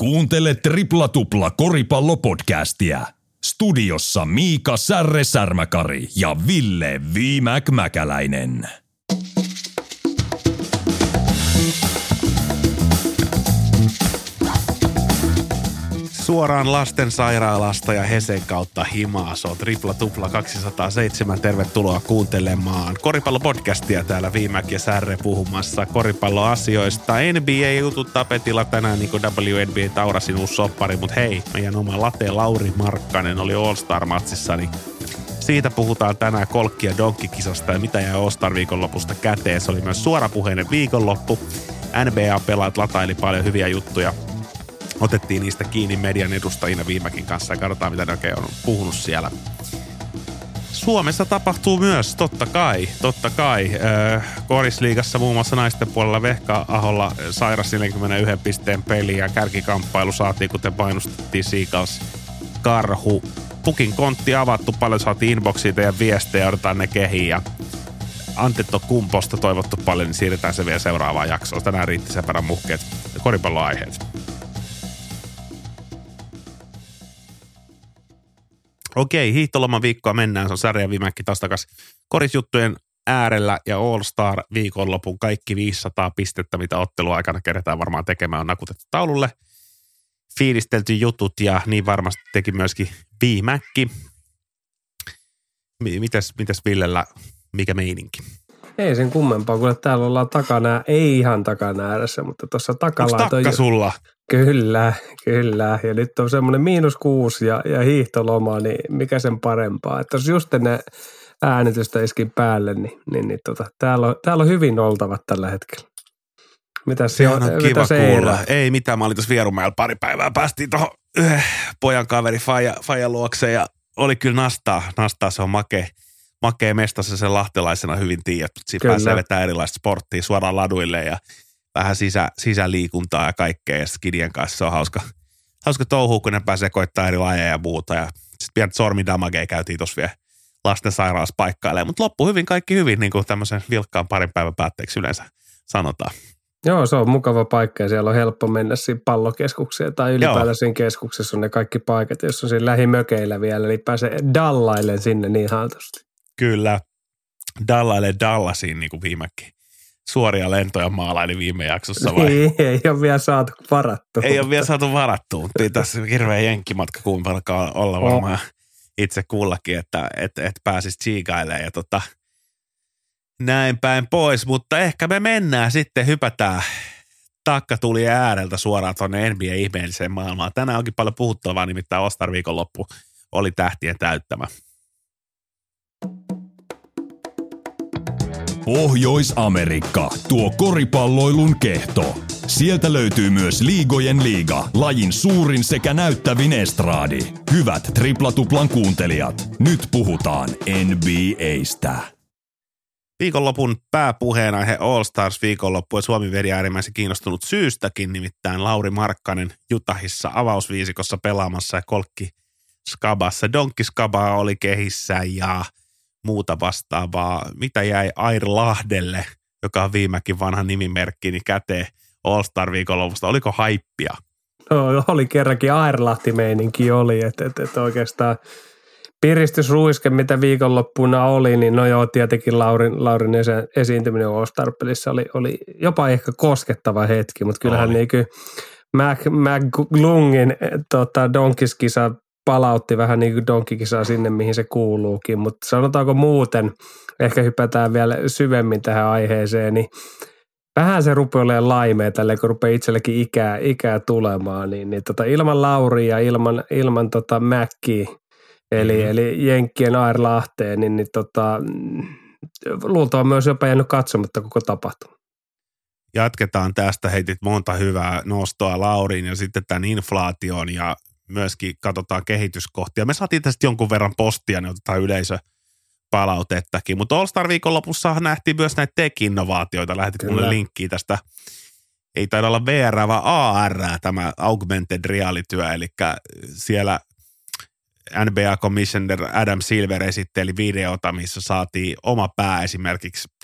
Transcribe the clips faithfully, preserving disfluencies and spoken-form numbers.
Kuuntele Tripla Tupla koripallopodcastia. Studiossa Miika Särre-Särmäkari ja Ville Viimäk-Mäkäläinen. Suoraan lastensairaalasta ja Hesen kautta himaa. Se on Tripla Tupla kaksisataaseitsemän. Tervetuloa kuuntelemaan koripallopodcastia. Täällä Viimäk ja Särre puhumassa koripalloasioista. N B A-jutut tapetilla tänään, niin kuin W N B A Taurasin uusi soppari. Mutta hei, meidän oma late Lauri Markkanen oli All-Star-matsissa, niin siitä puhutaan tänään kolkki- ja donkkikisasta ja mitä jäi All-Star-viikonlopusta käteen. Se oli myös suorapuheinen viikonloppu. N B A-pelaat lataili paljon hyviä juttuja. Otettiin niistä kiinni median edustajina Viimäkin kanssa ja katsotaan, mitä ne oikein on puhunut siellä. Suomessa tapahtuu myös, totta kai, totta kai. Öö, Korisliigassa muun muassa naisten puolella Vehka-aholla sairas neljäkymmentäyksi pisteen peli ja kärkikamppailu saatiin, kuten painustettiin Seagulls Karhu. Pukin kontti avattu, paljon saatiin inboxia teidän viestejä, odotetaan ne kehiin ja Antetokounmposta toivottu paljon, niin siirretään se vielä seuraavaan jaksoon. Tänään riitti sen verran muhkeet koripalloaiheet. Okei, hiihtoloman viikkoa mennään. Se on Särje ja Viimäkki taas takas korisjuttujen äärellä ja All-Star viikonlopun kaikki viisisataa pistettä, mitä otteluaikana kerätään varmaan tekemään, on nakutettu taululle. Fiilistelty jutut ja niin varmasti teki myöskin Viimäkki. Mites, mites Villellä, mikä meininki? Ei sen kummempaa, kun täällä ollaan takana, ei ihan takana ääressä, mutta tuossa takalla. Onko takka sulla? Kyllä, kyllä. Ja nyt on semmoinen miinus kuusi ja, ja hiihtoloma, niin mikä sen parempaa. Että jos just ne äänitystä iskin päälle, niin, niin, niin tota, täällä, on, täällä on hyvin oltavat tällä hetkellä. Mitäs se on kiva se kuulla. Ei, ei mitään, mä olin tuossa Vierumäellä pari päivää. Päästiin tuohon yhden pojan kaveri Faija, Faija luokse ja oli kyllä nastaa. Nastaa se on makea. Makea mestassa sen lahtelaisena hyvin tiedät, mutta siinä pääsee vetämään erilaista sporttia suoraan laduille ja vähän sisä, sisäliikuntaa ja kaikkea. Ja skidien kanssa se on hauska, hauska touhua, kun ne pääsee koittaa eri lajeja ja muuta. Ja sitten pientä sormidamagea käytiin tuossa vielä lastensairaalassa paikkailemaan. Mutta loppu hyvin, kaikki hyvin, niin kuin tämmöisen vilkkaan parin päivän päätteeksi yleensä sanotaan. Joo, se on mukava paikka ja siellä on helppo mennä siinä pallokeskukseen tai ylipäätään siinä keskuksessa on ne kaikki paikat, jos on siinä lähimökeillä vielä, eli pääsee dallailen sinne niin hantosti. Kyllä, dallaile Dallasiin niin kuin Viimäkki. Suoria lentoja maalaili viime jaksossa vai? Ei, ei ole vielä saatu varattua. Ei ole vielä saatu varattua, mutta tässä hirveä jenkkimatka kuinka olla varmaan oh. itse kullakin, että et, et pääsisi tsiikailemaan ja tota, näin päin pois. Mutta ehkä me mennään sitten, hypätään takkatulien ääreltä suoraan tuonne N B A-ihmeelliseen maailmaan. Tänään onkin paljon puhuttavaa, nimittäin All-Star viikonloppu oli tähtien täyttämä. Pohjois-Amerikka, tuo koripalloilun kehto. Sieltä löytyy myös Liigojen liiga, lajin suurin sekä näyttävin estraadi. Hyvät Tripla-tuplan kuuntelijat, nyt puhutaan N B A:stä. Viikonlopun pääpuheenaihe All Stars viikonloppu ja Suomi veri äärimmäisen kiinnostunut syystäkin, nimittäin Lauri Markkanen Utahissa avausviisikossa pelaamassa ja kolkki skabassa. Donkki skabaa oli kehissä ja muuta vastaavaa. Mitä jäi Air Lahdelle, joka on Viimäkin vanha nimimerkki, niin käteen All-Star viikonlopusta? Oliko haippia? No, oli kerrankin Air Lahti-meininki oli, että et, et oikeastaan piristysruiske, mitä viikonloppuna oli, niin no joo, tietenkin Laurin, Laurin esiintyminen All-Star-pelissä oli, oli jopa ehkä koskettava hetki, mutta kyllähän niin kuin Mac, McGlungin tota, donkiskisa palautti vähän niin kuin donkkikisaa sinne, mihin se kuuluukin, mutta sanotaanko muuten, ehkä hypätään vielä syvemmin tähän aiheeseen, niin vähän se rupeaa olemaan laimea tälle, kun rupeaa itsellekin ikää, ikää tulemaan, niin, niin tota, ilman Lauria ja ilman, ilman tota Mäkkiä, eli, mm-hmm. eli Jenkkien Air Lahteen, niin, niin tota, luultavasti on myös jopa jäänyt katsomatta koko tapahtuma. Jatketaan tästä, heitit monta hyvää nostoa Lauriin ja sitten tämän inflaation ja myöskin katsotaan kehityskohtia. Me saatiin tästä jonkun verran postia, niin otetaan yleisöpalautettakin. Mutta All-Star viikonlopussa nähtiin myös näitä tech-innovaatioita. Lähetit Kyllä. mulle linkkiä tästä. Ei taida olla V R, vaan A R, tämä augmented reality, eli siellä N B A Commissioner Adam Silver esitteli videota, missä saatiin oma pää esimerkiksi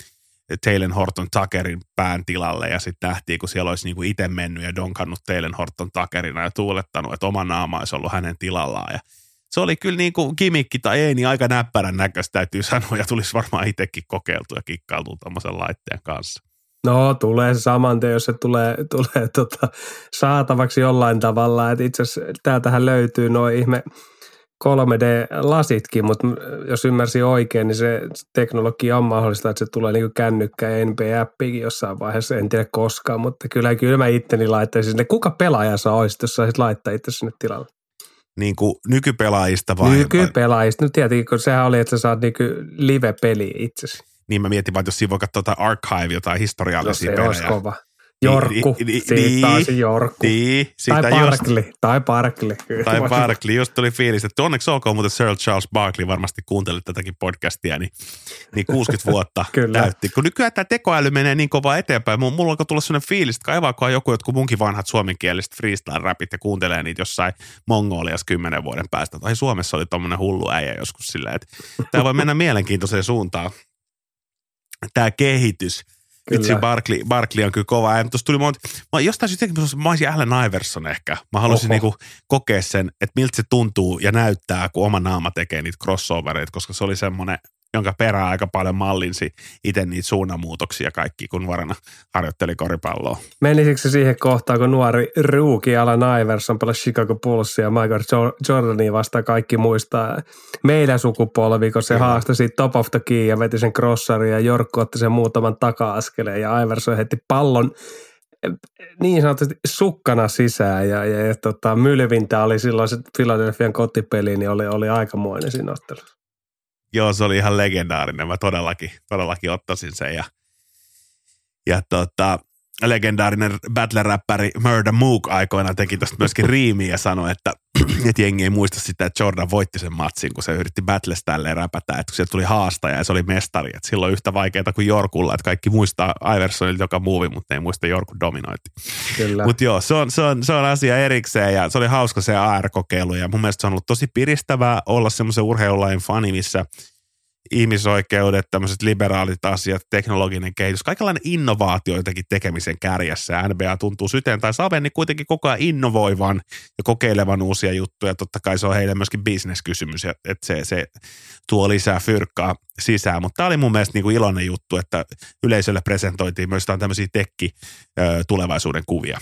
Taylor Horton Tuckerin pään tilalle ja sitten nähtiin, kun siellä olisi niinku itse mennyt ja donkannut Taylor Horton Tuckerina ja tuulettanut, että oma naama olisi ollut hänen tilallaan ja se oli kyllä niin kuin kimikki tai ei, niin aika näppärän näköistä täytyy sanoa ja tulisi varmaan itsekin kokeiltua ja kikkailtua tämmöisen laitteen kanssa. No tulee se saman tien, jos se tulee, tulee tota, saatavaksi jollain tavalla. Et itse asiassa täältähän löytyy nuo ihme kolme D-lasitkin, mutta jos ymmärsin oikein, niin se teknologia on mahdollista, että se tulee niin kuin kännykkä ja N B A-appikin jossain vaiheessa, en tiedä koskaan, mutta kyllä, kyllä mä itteni laittaisin sinne. Kuka pelaaja sä olisit, jos saisit laittaa itse sinne tilalle? Niin kuin nykypelaajista vai? Nykypelaajista. Nyt tietenkin, kun sehän oli, että sä saat niin live-peliä itsesi. Niin mä mietin vaan, että jos siinä voi katsoa jotain archive, jotain historiallisia no, se pelejä. olisi kova. Jorkku, niin, niin, siitä niin, taas Jorkku. Niin, tai Barkley, just, tai Barkley. Tai Barkley, just tuli fiilis, että onneksi olkoon muuten Sir Charles Barkley, varmasti kuuntelit tätäkin podcastia, niin, niin kuusikymmentä vuotta täytti. Kun nykyään tämä tekoäly menee niin kovaa eteenpäin, mulla alkoi tulla sellainen fiilis, että kaivaakohan joku jotkut munkin vanhat suomenkieliset freestyle-rapit ja kuuntelee niitä jossain Mongoliassa kymmenen vuoden päästä. Tai Suomessa oli tommoinen hullu äijä joskus silleen, että tämä voi mennä mielenkiintoiseen suuntaan. Tämä kehitys. Vitsi, Barkley, Barkley on kyllä kova. Ja tuossa tuli monta, mä jostain syystä, mä olisin Allen Iverson ehkä. Mä haluaisin niinku kokea sen, että miltä se tuntuu ja näyttää, kun oma naama tekee niitä crossovereita, koska se oli semmoinen, jonka perään aika paljon mallinsi itse niitä suunnanmuutoksia kaikki, kun nuorena harjoitteli koripalloa. Menisikö se siihen kohtaan, kun nuori rookie Allen Iverson pelasi Chicago Bullsia ja Michael Jordania vastaan kaikki muistaa meidän sukupolvi, kun se haastoi siitä top of the key ja veti sen crossarin ja Jorkku otti sen muutaman taka-askeleen ja Iverson heitti pallon niin sanotusti sukkana sisään ja, ja, ja tota, mylvintä oli silloin se Philadelphian kotipeli, niin oli, oli aikamoinen siinä ottelussa. Joo, se oli ihan legendaarinen. Mä todellakin, todellakin ottaisin sen. Ja, ja tota, legendaarinen battle-räppäri Murda Mook aikoinaan teki tosta myöskin riimiä ja sanoi, että, että jengi ei muista sitä, että Jordan voitti sen matsin, kun se yritti battlesta tälleen räpätä, että kun sieltä tuli haastaja ja se oli mestari. Että silloin yhtä vaikeaa kuin Jorkulla, että kaikki muistaa Iversonilta joka muuvi, mutta ei muista Jorkun dominointi. Mutta joo, se on, se, on, se on asia erikseen ja se oli hauska se A R-kokeilu ja mun mielestä se on ollut tosi piristävää olla semmoisen urheilulain fani, missä ihmisoikeudet, tämmöiset liberaalit asiat, teknologinen kehitys, kaikenlainen innovaatio jotenkin tekemisen kärjessä. N B A tuntuu syteen tai saven, niin kuitenkin koko ajan innovoivan ja kokeilevan uusia juttuja. Totta kai se on heille myöskin bisneskysymys, että se, se tuo lisää fyrkkaa sisään. Mutta tämä oli mun mielestä niin kuin iloinen juttu, että yleisölle presentoitiin myös tämmöisiä tekki-tulevaisuuden kuvia.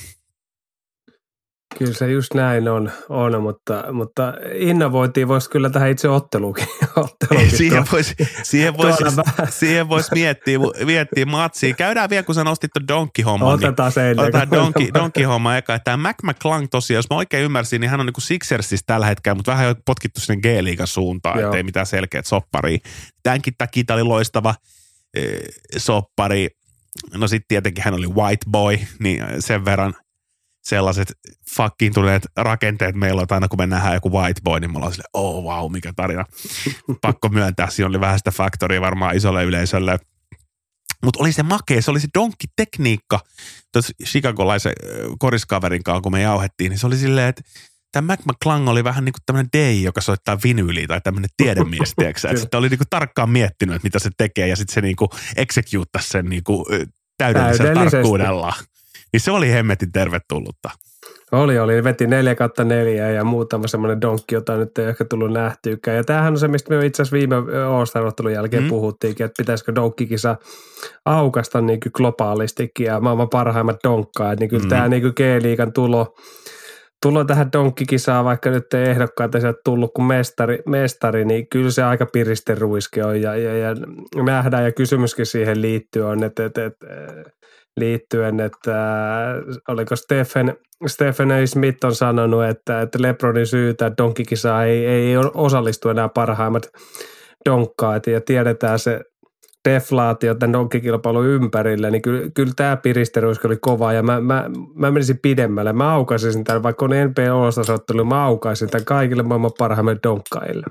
Kyllä se just näin on, on mutta, mutta innovointiin voisi kyllä tähän itse otteluukin. otteluukin siihen voisi siihen vois, siihen vois miettiä, miettiä matsia. Käydään vielä, kun sä nostit tuon Donkey-homman. Otetaan se ennen. Otetaan Donkey, Donkey-homma eka. Tämä Mac McClung tosiaan, jos mä oikein ymmärsin, niin hän on niin kuin Sixersissa tällä hetkellä, mutta vähän jo potkittu sinne G-liigan suuntaan, ettei mitään selkeät sopparia. Tämänkin takia tämä oli loistava eh, soppari. No sitten tietenkin hän oli white boy, niin sen verran sellaiset fakkiintuneet rakenteet meillä on, aina kun me nähdään joku white boy, niin me ollaan silleen, oh wow, mikä tarina. Pakko myöntää, siinä oli vähän sitä faktoria varmaan isolle yleisölle. Mutta oli se makea, se oli se donkki-tekniikka. Tuossa chicagolaisen koriskaverin kanssa, kun me jauhettiin, niin se oli silleen, että tämä Mac McClung oli vähän niin kuin tämmöinen D J, joka soittaa vinyyliä tai tämmöinen tiedemies, tiedätkö? Että sitten oli niin kuin tarkkaan miettinyt, että mitä se tekee ja sitten se niin kuin executasi sen niin kuin täydellisellä tarkkuudella. Niin se oli hemmetin tervetullutta. Oli, oli. Veti neljä kautta neljä ja muutama semmoinen donkki, jota nyt ei ehkä tullut nähtyykään. Ja tämähän on se, mistä me itse asiassa viime All-Star-ottelun jälkeen mm. puhuttiinkin, että pitäisikö donkkikisa aukasta niin kuin globaalistikin ja maailman parhaimmat donkkaat. Niin kyllä mm. tämä niin kuin G-liigan tulo, tulo tähän donkkikisaan, vaikka nyt ei ehdokkaita sieltä tullut kuin mestari, mestari, niin kyllä se aika piristen ruiske on ja, ja, ja nähdään ja kysymyskin siihen liittyy on, että, että, että liittyen, että oliko Stephen, Stephen A. Smith on sanonut, että, että LeBronin syytä, että donkkikisa ei, ei osallistu enää parhaimmat donkkaat ja tiedetään se deflaatio tämän donkkikilpailun ympärillä, niin kyllä, kyllä tämä piristeruiska oli kova ja mä, mä, mä menisin pidemmälle. Mä aukaisin tämän, vaikka on N B A-osasottelu, mä aukaisin tämän kaikille maailman parhaimmille donkkaille.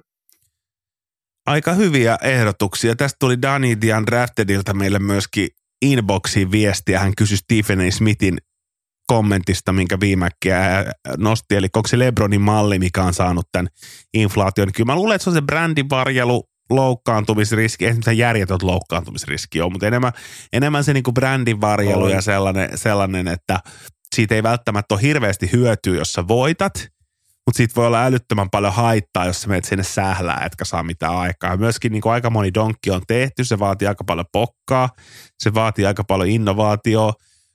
Aika hyviä ehdotuksia. Tästä tuli Danny the Undraftedilta meille myöskin inboxiin viestiä. Hän kysyi Stephen A. Smithin kommentista, minkä viimekäin nosti, eli onko se LeBronin malli, mikä on saanut tämän inflaation. Kyllä mä luulen, että se on se brändivarjelu, loukkaantumisriski, ei mitään järjetön loukkaantumisriski ole, mutta enemmän, enemmän se niinku brändin varjelu ja sellainen, sellainen, että siitä ei välttämättä ole hirveästi hyötyä, jos sä voitat, mutta siitä voi olla älyttömän paljon haittaa, jos sä menet sinne sählää, etkä saa mitään aikaa. Myöskin niin kuin aika moni donkki on tehty, se vaatii aika paljon pokkaa, se vaatii aika paljon innovaatioa,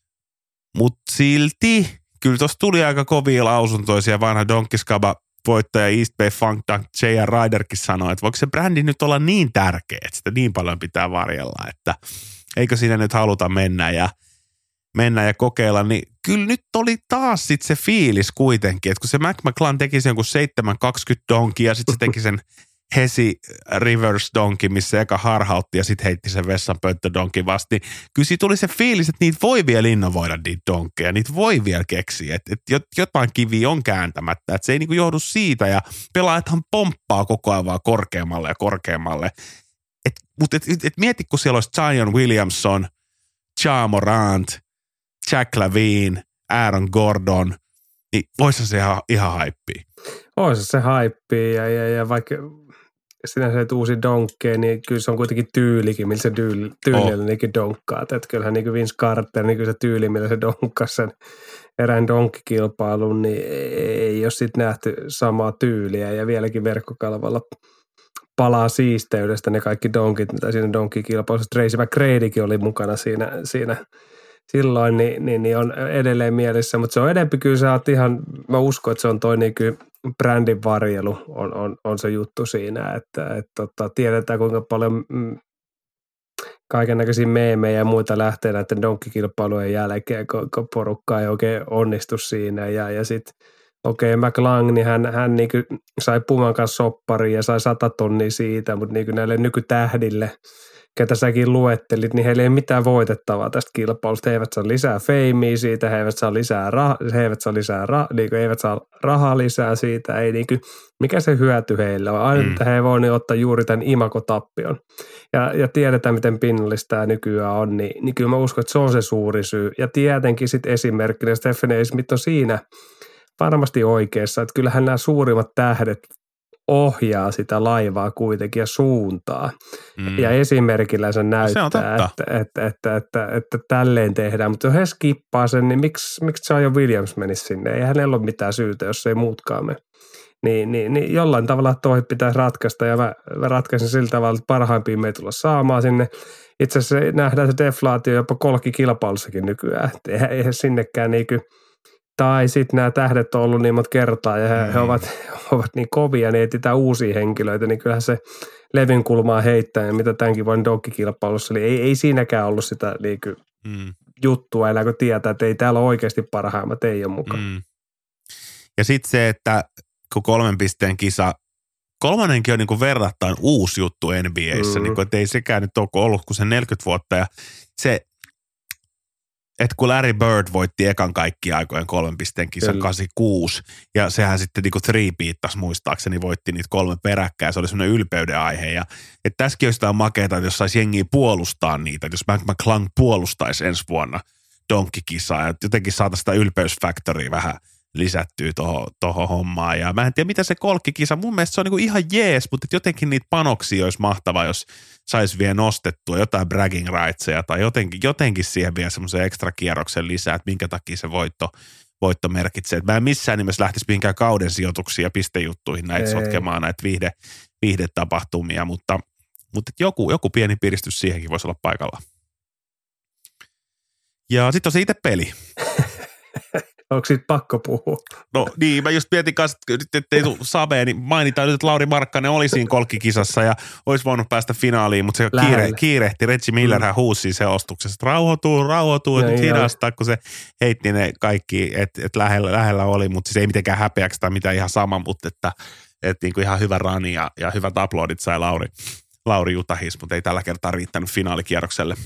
mutta silti kyllä tuossa tuli aika kovia lausuntoja, siellä vanha donkkiskaba voittaja East Bay Funk Dunk J R Ryderkin sanoi, että voiko se brändi nyt olla niin tärkeä, että sitä niin paljon pitää varjella, että eikö siinä nyt haluta mennä ja mennä ja kokeilla, niin kyllä nyt oli taas sit se fiilis kuitenkin, että kun se Mac McClung teki sen jonkun seitsemän kaksikymmentä donkia ja sitten se teki sen Hesi reverse donki, missä eka harhautti ja sitten heitti sen vessanpönttö-donkin vasti. Kyllä siitä tuli se fiilis, että niitä voi vielä innovoida niitä donkkeja, niitä voi vielä keksiä, että, että jotain kivi on kääntämättä, että se ei niinku johdu siitä ja pelaajathan pomppaa koko ajan vaan korkeammalle ja korkeammalle. Mutta et, et, et mieti, kun siellä olisi Zion Williamson, Ja Morant, Jack Lavine, Aaron Gordon, niin voisi se ihan, ihan haippia. Olisi se haippia ja, ja, ja vaikka sinänsä et uusi donkkeja, niin kyllä se on kuitenkin tyylikin, millä se tyyli, tyylillä oh. niinkin donkkaat. Että kyllähän niin kuin Vince Carter, niin kyllä se tyyli, millä se donkkasi sen erään donkkikilpailun, niin ei ole sitten nähty samaa tyyliä. Ja vieläkin verkkokalvalla palaa siisteydestä ne kaikki donkit, mitä siinä donkkikilpailussa. Tracy McGradykin oli mukana siinä, siinä silloin, niin, niin, niin on edelleen mielessä. Mutta se on edempi kyllä, sä oot ihan, mä uskon, että se on toi niin kuin brändin varjelu on, on, on se juttu siinä, että et, tota, tiedetään kuinka paljon mm, kaikennäköisiä meemejä ja muita lähtee näiden donkkikilpailujen jälkeen, kun, kun porukka ei oikein onnistu siinä ja, ja sitten okei, okay, McClung, niin hän, hän niin kuin sai Puman kanssa soppariin ja sai sata tonnia siitä, mutta niin kuin näille nykytähdille, ketä säkin luettelit, niin heillä ei ole mitään voitettavaa tästä kilpailusta. He eivät saa lisää feimiä siitä, he eivät saa lisää, rah- he eivät saa lisää rah- niin kuin, eivät saa rahaa lisää siitä. Ei, niin kuin, mikä se hyöty heillä on? Aina, mm. että he voivat ottaa juuri tämän imakotappion. Ja, ja tiedetään, miten pinnallista tämä nykyään on, niin, niin kyllä mä uskon, että se on se suuri syy. Ja tietenkin sitten esimerkkinä Stephen A. Smith on siinä varmasti oikeassa, että kyllähän nämä suurimmat tähdet ohjaa sitä laivaa kuitenkin ja suuntaa. Mm. Ja esimerkillä se näyttää, se että, että, että, että, että tälleen tehdään. Mutta jos he skippaa sen, niin miksi, miksi Zion Williams menisi sinne? Ei hänellä ole mitään syytä, jos ei muutkaan mene. Niin, niin, niin jollain tavalla toi pitäisi ratkaista ja mä, mä ratkaisin sillä tavalla, että parhaimpia me ei tulla saamaan sinne. Itse asiassa nähdään se deflaatio jopa kolkkikilpailussakin nykyään. Eihän, eihän sinnekään niin kuin tai sitten nämä tähdet on ollut niin monta kertaa ja he, mm. he ovat, ovat niin kovia, niin etsitään uusia henkilöitä, niin kyllähän se levyn kulmaa heittää, mitä tämänkin vuoden donkkikilpailussa, eli ei, ei siinäkään ollut sitä niin kuin mm. juttua, elää kun tietää, että ei täällä ole oikeasti parhaimmat, ei ole mukaan. Mm. Ja sitten se, että kun kolmen pisteen kisa, kolmonenkin on niin kuin verrattain uusi juttu N B A:ssä, mm. niin kuin, että ei sekään nyt ole ollut kuin se neljäkymmentä vuotta ja se, että kun Larry Bird voitti ekan kaikki aikojen kolmen pisteen kisan kahdeksankymmentäkuusi, ja sehän sitten niinku three-piittasi muistaakseni, voitti niitä kolme peräkkäin, se oli semmoinen ylpeyden aihe, ja että tässäkin olisi jotain makeata, että jos saisi jengiä puolustaa niitä, että jos Mac McClung puolustaisi ensi vuonna donkkikisaa, että jotenkin saataisiin sitä ylpeysfaktoria vähän lisättyä tohon, tohon hommaan, ja mä en tiedä, mitä se kolkkikisa, mun mielestä se on niinku ihan jees, mutta jotenkin niitä panoksia olisi mahtavaa, jos saisi vielä nostettua jotain bragging rightseja tai jotenkin, jotenkin siihen vielä semmoisen ekstra kierroksen lisää, että minkä takia se voitto, voitto merkitsee. Että mä en missään nimessä lähtisi mihinkään kauden sijoituksiin ja pistejuttuihin näitä Ei. sotkemaan näitä viihde, viihdetapahtumia, mutta, mutta joku, joku pieni piristys siihenkin voisi olla paikalla. Ja sitten on se itse peli. Onko siitä pakko puhua? No niin, mä just mietin kanssa, että ettei tule savea, niin mainitaan nyt, että Lauri Markkanen oli siinä kolkkikisassa ja olisi voinut päästä finaaliin, mutta se kiire, kiirehti. Reggie Millerhän mm. huusi siinä selostuksessa, että rauhoituu, rauhoituu, että nyt hidastaa, kun se heitti ne kaikki, että et lähellä, lähellä oli, mutta siis ei mitenkään häpeäksi tai mitään ihan sama, mutta että et niinku ihan hyvä rani ja, ja hyvät aplodit sai Lauri, Lauri Jutahis, mutta ei tällä kertaa riittänyt finaalikierrokselle.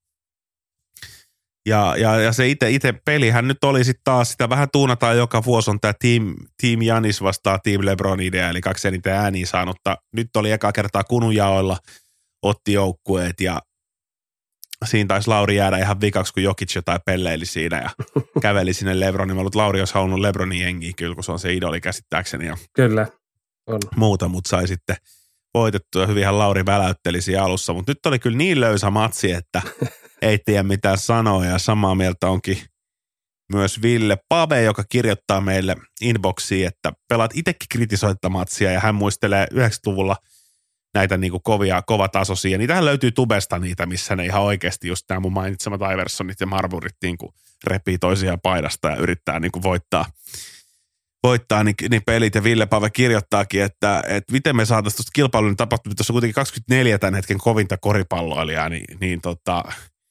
Ja, ja, ja se itse, itse pelihän nyt oli sitten taas, sitä vähän tuunataan joka vuosi on tämä team, team Janis vastaa Team LeBron idea, eli kaksi eniten ääniä saanutta. Nyt oli eka kertaa kununjaoilla, otti joukkueet ja siinä taisi Lauri jäädä ihan vikaksi, kun Jokic jotain pelleili siinä ja käveli sinne LeBronin. Mä luulen, Lauri olisi halunnut LeBronin jengiä kyllä, kun se on se idoli käsittääkseni ja kyllä, on. muuta, mutta sai sitten voitettu ja hyvinhän Lauri väläytteli siinä alussa, mutta nyt oli kyllä niin löysä matsi, että ei tiedä mitään sanoa ja samaa mieltä onkin myös Ville Pave, joka kirjoittaa meille inboxiin, että pelaat itsekin kritisoitta matsia ja hän muistelee yhdeksänkymmentäluvulla näitä niinku kovia, kovatasoisia. Niitähän löytyy tubesta niitä, missä ne ihan oikeasti just nämä mun mainitsemat Iversonit ja Marburit niinku repii toisiaan paidasta ja yrittää niinku voittaa, voittaa niin, niin pelit. Ja Ville Pave kirjoittaakin, että, että miten me saataisiin tuosta kilpailun tapahtumia. Tuossa on kuitenkin kaksikymmentäneljä tämän hetken kovinta koripalloilijaa, niin, niin tota,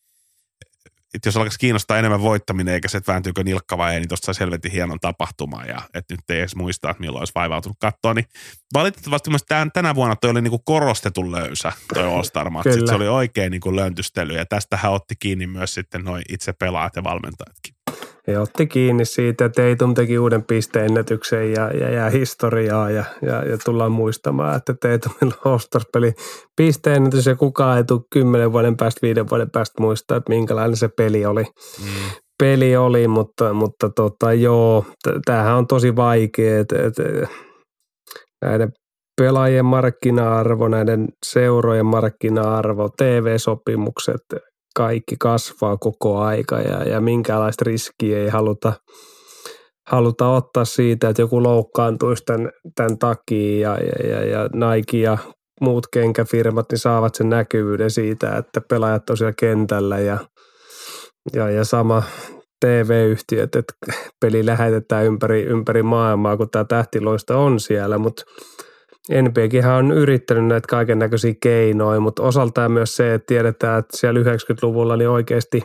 että jos alkaisi kiinnostaa enemmän voittaminen, eikä se, että vääntyykö nilkka vai ei, niin tuosta saisi helvetin hienon tapahtuman ja että nyt ei edes muistaa, että milloin olisi vaivautunut katsoa. Niin valitettavasti myös tämän, tänä vuonna toi oli niin kuin korostetun löysä toi All-Star-matsi. Se oli oikein niin kuin löntystely ja tästähän otti kiinni myös sitten noi itse pelaajat ja valmentajatkin. He otti kiinni siitä, että Tatum teki uuden pisteennätyksen ja, ja, ja historiaa ja, ja, ja tullaan muistamaan, että Tatumilla on All-Star-peli pisteennätys ja kukaan ei tule kymmenen vuoden päästä, viiden vuoden päästä muistaa, että minkälainen se peli oli. Mm. Peli oli, mutta, mutta tota, joo, tämähän on tosi vaikea, että, että näiden pelaajien markkina-arvo, näiden seurojen markkina-arvo, T V-sopimukset, kaikki kasvaa koko aika ja, ja minkäänlaista riskiä ei haluta, haluta ottaa siitä, että joku loukkaantuisi tämän, tämän takia ja, ja, ja, ja Nike ja muut kenkäfirmat niin saavat sen näkyvyyden siitä, että pelaajat on siellä kentällä ja, ja, ja sama T V-yhtiöt, että peli lähetetään ympäri, ympäri maailmaa, kun tämä tähtiloista on siellä, mutta N B A:hän on yrittänyt näitä kaiken näköisiä keinoja, mutta osaltaan myös se, että tiedetään, että siellä yhdeksänkymmentäluvulla niin oikeasti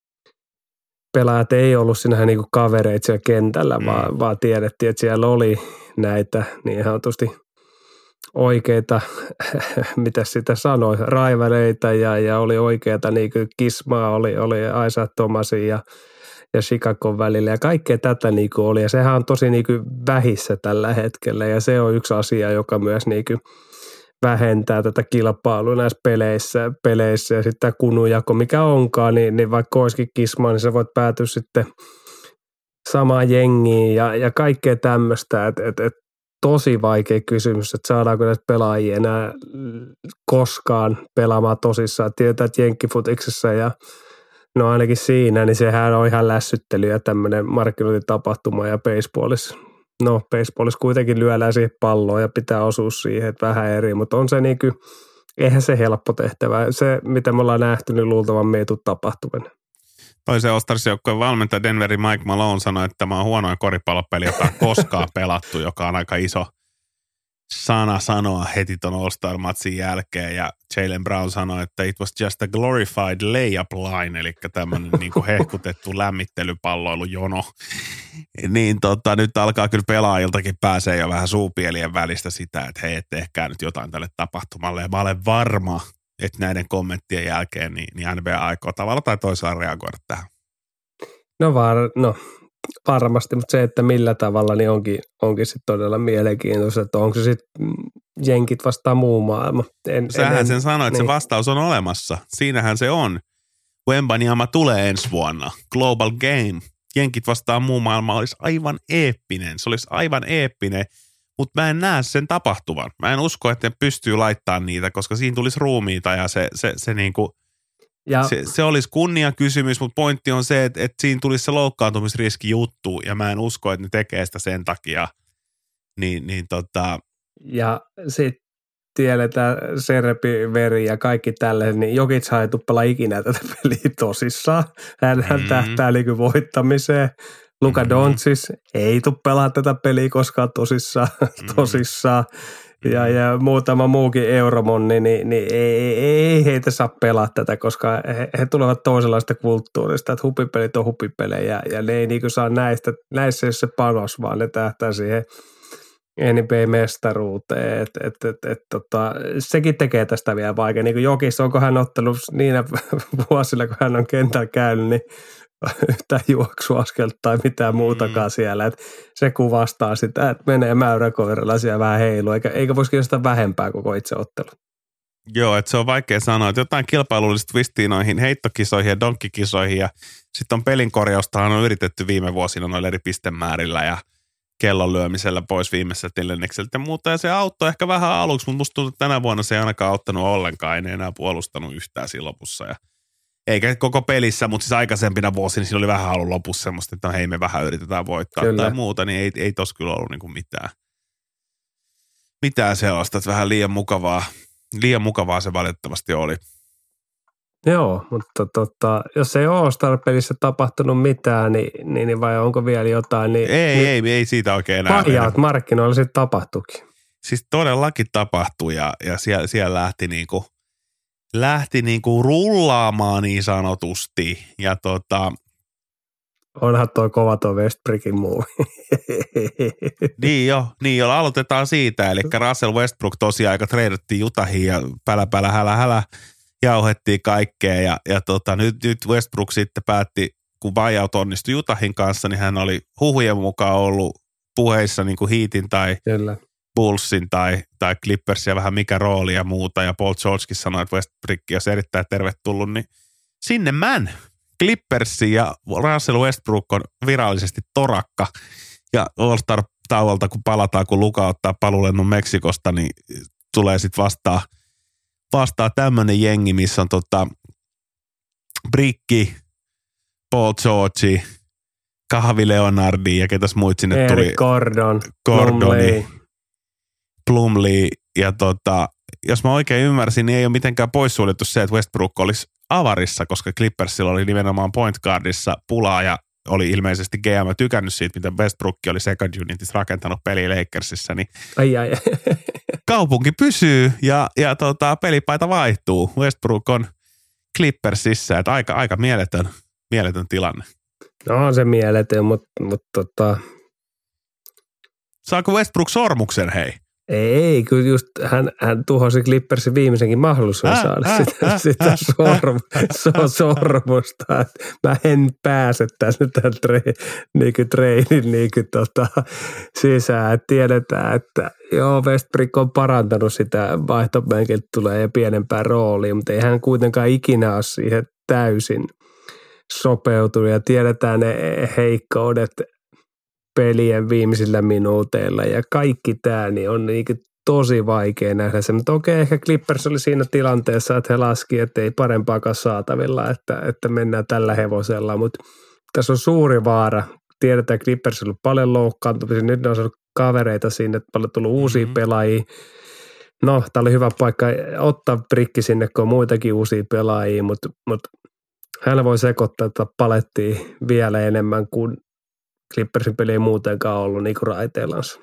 pelaajat ei ollut sinähän niinku kavereita siellä kentällä, mm. vaan, vaan tiedettiin, että siellä oli näitä niin ihan tosti oikeita, mitä sitä sanoi, raivaleita ja, ja oli oikeita niinku kismaa, oli, oli Isaiah Thomasin ja ja Chicagon välillä ja kaikkea tätä niinku oli ja sehän on tosi niinku vähissä tällä hetkellä ja se on yksi asia, joka myös niinku vähentää tätä kilpailua näissä peleissä, peleissä ja sitten tämä kunujako, mikä onkaan, niin, niin vaikka olisikin kismaa, niin sä voit päätyä sitten samaan jengiin ja, ja kaikkea tämmöistä, että et, et, tosi vaikea kysymys, että saadaanko näitä pelaajia enää koskaan pelaamaan tosissaan. Tietää, että jenkkifutiksessa ja no ainakin siinä, niin sehän on ihan lässyttely ja tämmöinen markkinointitapahtuma ja baseballissa. No baseballissa kuitenkin lyödään siihen palloon ja pitää osua siihen, että vähän eri, mutta on se niin kuin, eihän se helppo tehtävä. Se, mitä me ollaan nähty, niin luultavan me ei tule tapahtumaan. Toisen All-Stars-joukkueen valmentaja Denverin Mike Malone sanoi, että tämä on huonoin koripallopeli, jota on koskaan pelattu, joka on aika iso sana sanoa heti ton All-Star-matsin jälkeen. Ja Jaylen Brown sanoi, että it was just a glorified layup line, eli tämmöinen niinku hehkutettu lämmittelypalloilujono. Niin tota, nyt alkaa kyllä pelaajiltakin pääsee jo vähän suupielien välistä sitä, että hei, et tehkää nyt jotain tälle tapahtumalle. Ja mä olen varma, että näiden kommenttien jälkeen niin, niin N B A aikoo tavalla tai toisella reagoida tähän. No, var, no varmasti, mutta se, että millä tavalla, niin onkin, onkin sitten todella mielenkiintoista, että onko se sitten jenkit vastaan muu maailma. En, Sähän en, sen sanoi, että niin. Se vastaus on olemassa. Siinähän se on. Wembanyama tulee ensi vuonna. Global Game. Jenkit vastaan muu maailma olisi aivan eeppinen. Se olisi aivan eeppinen, mutta mä en näe sen tapahtuvan. Mä en usko, että ne pystyy laittamaan niitä, koska siinä tulisi ruumiita ja se, se, se niinku... Ja. Se, se olisi kunniakysymys, mutta pointti on se, että, että siinä tulisi se loukkaantumisriski juttu ja mä en usko, että ne tekee sitä sen takia. Niin, niin tota... Ja sitten tiedetään Serpi, Veri ja kaikki tälleen, niin Jokic ei tule pelaa ikinä tätä peliä tosissaan. Hän, hän mm-hmm. tähtää niin voittamiseen. Luka mm-hmm. Doncic ei tule pelaa tätä peliä koskaan tosissaan. Mm-hmm. tosissaan. Ja, ja muutama muukin euromonni, niin, niin ei, ei heitä saa pelaa tätä, koska he, he tulevat toisenlaista kulttuurista, että hupipelit on hupipelejä ja ne ei niin kuin saa näistä, näissä ei ole se panos, vaan ne tähtää siihen N B A-mestaruuteen. Et, et, et, et, tota, sekin tekee tästä vielä vaikea. Niin kuin Jokis, onko hän ottanut niinä vuosilla, kun hän on kentällä käynyt, niin yhtään juoksuaskelta tai mitään muutakaan mm. siellä. Et se kuvastaa sitä, että menee mäyräkoiralla siellä vähän heilu, eikä, eikä voisi kiinnostaa vähempää koko itse ottelu. Joo, että se on vaikea sanoa, että jotain kilpailullista twistiin noihin heittokisoihin ja donkkikisoihin ja sitten on pelin korjaustahan on yritetty viime vuosina noilla eri pistemäärillä ja kellon lyömisellä pois viimeisellä neljännekseltä ja muuta. Ja se auttoi ehkä vähän aluksi, mutta musta tuntuu, että tänä vuonna se ei ainakaan auttanut ollenkaan. Ei enää puolustanut yhtään siinä lopussa. Ja eikä koko pelissä, mutta siis aikaisempina vuosina siinä oli vähän ollut lopussa semmoista, että hei me vähän yritetään voittaa kyllä. Tai muuta, niin ei, ei tossa kyllä ollut niinku mitään. Mitään sellaista, että vähän liian mukavaa, liian mukavaa se valitettavasti oli. Joo, mutta tota, jos ei All-Star-pelissä tapahtunut mitään, niin, niin, niin vai onko vielä jotain? Niin, ei, niin ei, ei siitä oikein enää. Pajaat markkinoilla sitten tapahtuikin. Siis todellakin tapahtui ja, ja siellä, siellä lähti niinku, lähti niinku rullaamaan niin sanotusti ja tota... Onhan toi kova toi Westbrookin move. niin jo, niin jo, aloitetaan siitä. Eli Russell Westbrook tosiaan aika treidattiin Utahiin ja pälä pälä hälä hälä jauhettiin kaikkea. Ja, ja tota, nyt, nyt Westbrook sitten päätti, kun buyout onnistui Utahin kanssa, niin hän oli huhujen mukaan ollut puheissa niin kuin Heatin tai Kyllä. Bullsin tai, tai Clippersia vähän mikä rooli ja muuta. Ja Paul Georgekin sanoi, että Westbrook olisi erittäin tervetullut, niin sinne män. Clippersi ja Russell Westbrook on virallisesti torakka. Ja All-Star-tauolta, kun palataan, kun Luka ottaa paluulennun Meksikosta, niin tulee sitten vastaan, vastaan tämmöinen jengi, missä on tota Brickki, Paul George, Kahvi Leonardi ja ketäs muut sinne Eric tuli. Eric Gordon, Gordoni, Plumlee. Ja tota, jos mä oikein ymmärsin, niin ei ole mitenkään poissuljettu se, että Westbrook olisi avarissa, koska Clippersilla oli nimenomaan point guardissa pulaa ja oli ilmeisesti G M tykännyt siitä, miten Westbrook oli second unitissa rakentanut peli Lakersissa, niin ai, ai. kaupunki pysyy ja, ja tota, pelipaita vaihtuu. Westbrook on Clippersissa, että aika, aika mieletön, mieletön tilanne. No on se mieletön, mutta mut, tota... Saako Westbrook sormuksen, hei? Ei, kyllä just hän, hän tuhosi Clippersin viimeisenkin mahdollisuuden äh, saada äh, sitä, äh, sitä äh, sorm, äh, sormusta. Mä en pääse tänne tämän tre, niin treinin niin tota, sisään. Et tiedetään, että joo, Westbrook on parantanut sitä, vaihtopenkiltä tulee ja pienempää roolia, mutta ei hän kuitenkaan ikinä ole siihen täysin sopeutunut. Ja tiedetään ne heikkoudet pelien viimeisillä minuuteilla ja kaikki tämä niin on niin tosi vaikea nähdä se. Mutta okei, ehkä Clippers oli siinä tilanteessa, että he laski, että ei parempaakaan saatavilla, että, että mennään tällä hevosella. Mutta tässä on suuri vaara. Tiedetään, Clippers on ollut paljon loukkaantumisia. Nyt ne on saanut kavereita sinne, että paljon tullut uusia mm-hmm. pelaajia. No, tämä oli hyvä paikka ottaa Brikki sinne, kun on muitakin uusia pelaajia, mutta, mutta hän voi sekoittaa tätä palettia vielä enemmän kuin Clippersin peli ei muutenkaan ollut niin kuin raiteillansa.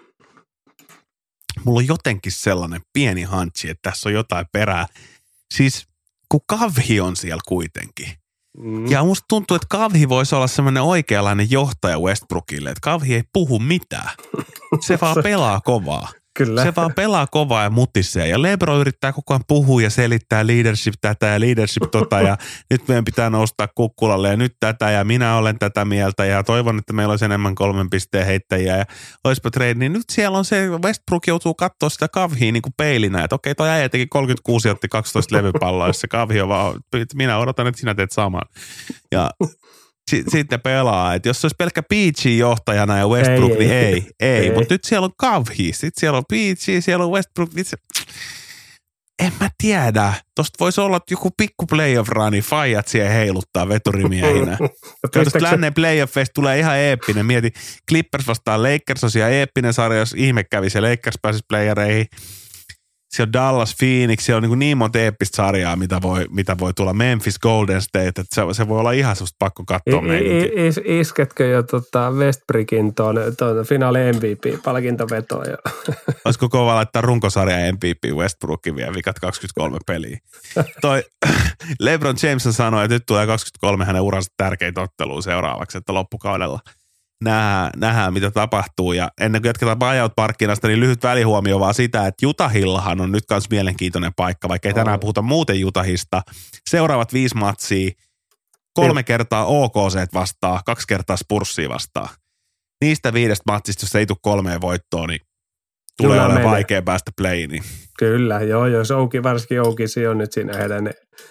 Mulla on jotenkin sellainen pieni hunchi, että tässä on jotain perää. Siis kun Kavhi on siellä kuitenkin. Mm. Ja musta tuntuu, että Kavhi voisi olla semmoinen oikeanlainen johtaja Westbrookille, että Kavhi ei puhu mitään. Se vaan pelaa kovaa. Kyllä. Se vaan pelaa kovaa ja mutisee. Ja LeBron yrittää koko ajan puhua ja selittää leadership tätä ja leadership tota ja nyt meidän pitää nostaa kukkulalle ja nyt tätä ja minä olen tätä mieltä ja toivon, että meillä olisi enemmän kolmen pisteen heittäjiä ja olisipa trade. Niin nyt siellä on se, Westbrook joutuu katsoa sitä Kavhia niin kuin peilinä, että okei, toi äijä teki kolmekymmentäkuusi otti kaksitoista levypalloa, jos se Kavhi on vaan, minä odotan, että sinä teet saman. Ja sitten pelaa, että jos se olisi pelkkä P G johtajana ja Westbrook, ei, niin ei, ei. ei. Mutta nyt siellä on Kavhi, sitten siellä on P G, siellä on Westbrook. Itse. En mä tiedä. Tosta voisi olla joku pikku playoff runi, faijat siihen heiluttaa veturimiehinä. Tuosta lännen playoffeista tulee ihan eeppinen. Mieti, Clippers vastaan Lakers on siellä eeppinen sarja, jos ihme kävisi ja Lakers pääsisi playereihin. Siellä on Dallas, Phoenix, siellä on niin, niin monta eeppistä sarjaa, mitä voi, mitä voi tulla. Memphis, Golden State, että se, se voi olla ihan susta pakko katsoa meininkin. Is, isketkö jo tota Westbrookin tuon, tuon finaali M V P-palkintavetoa jo? Olisiko kova laittaa runkosarja M V P Westbrookin vielä vikat kaksikymmentäkolme peliä? Toi LeBron James sanoi, että nyt tulee kaksikymmentäkolme hänen uransa tärkeitä otteluun seuraavaksi, että loppukaudella nähdään, nähdään, mitä tapahtuu. Ja ennen kuin jatketaan buyout-parkkinasta, niin lyhyt välihuomio vaan sitä, että Utahillahan on nyt myös mielenkiintoinen paikka, vaikka ei tänään oh. puhuta muuten Utahista. Seuraavat viisi matsia, kolme kertaa O K C vastaan, kaksi kertaa Spursia vastaan. Niistä viidestä matsista, jos ei tule kolmeen voittoon, niin tulee olemaan vaikea päästä playiin. Kyllä, joo, jos Ouki, varsinkin Oukisi on nyt siinä heidän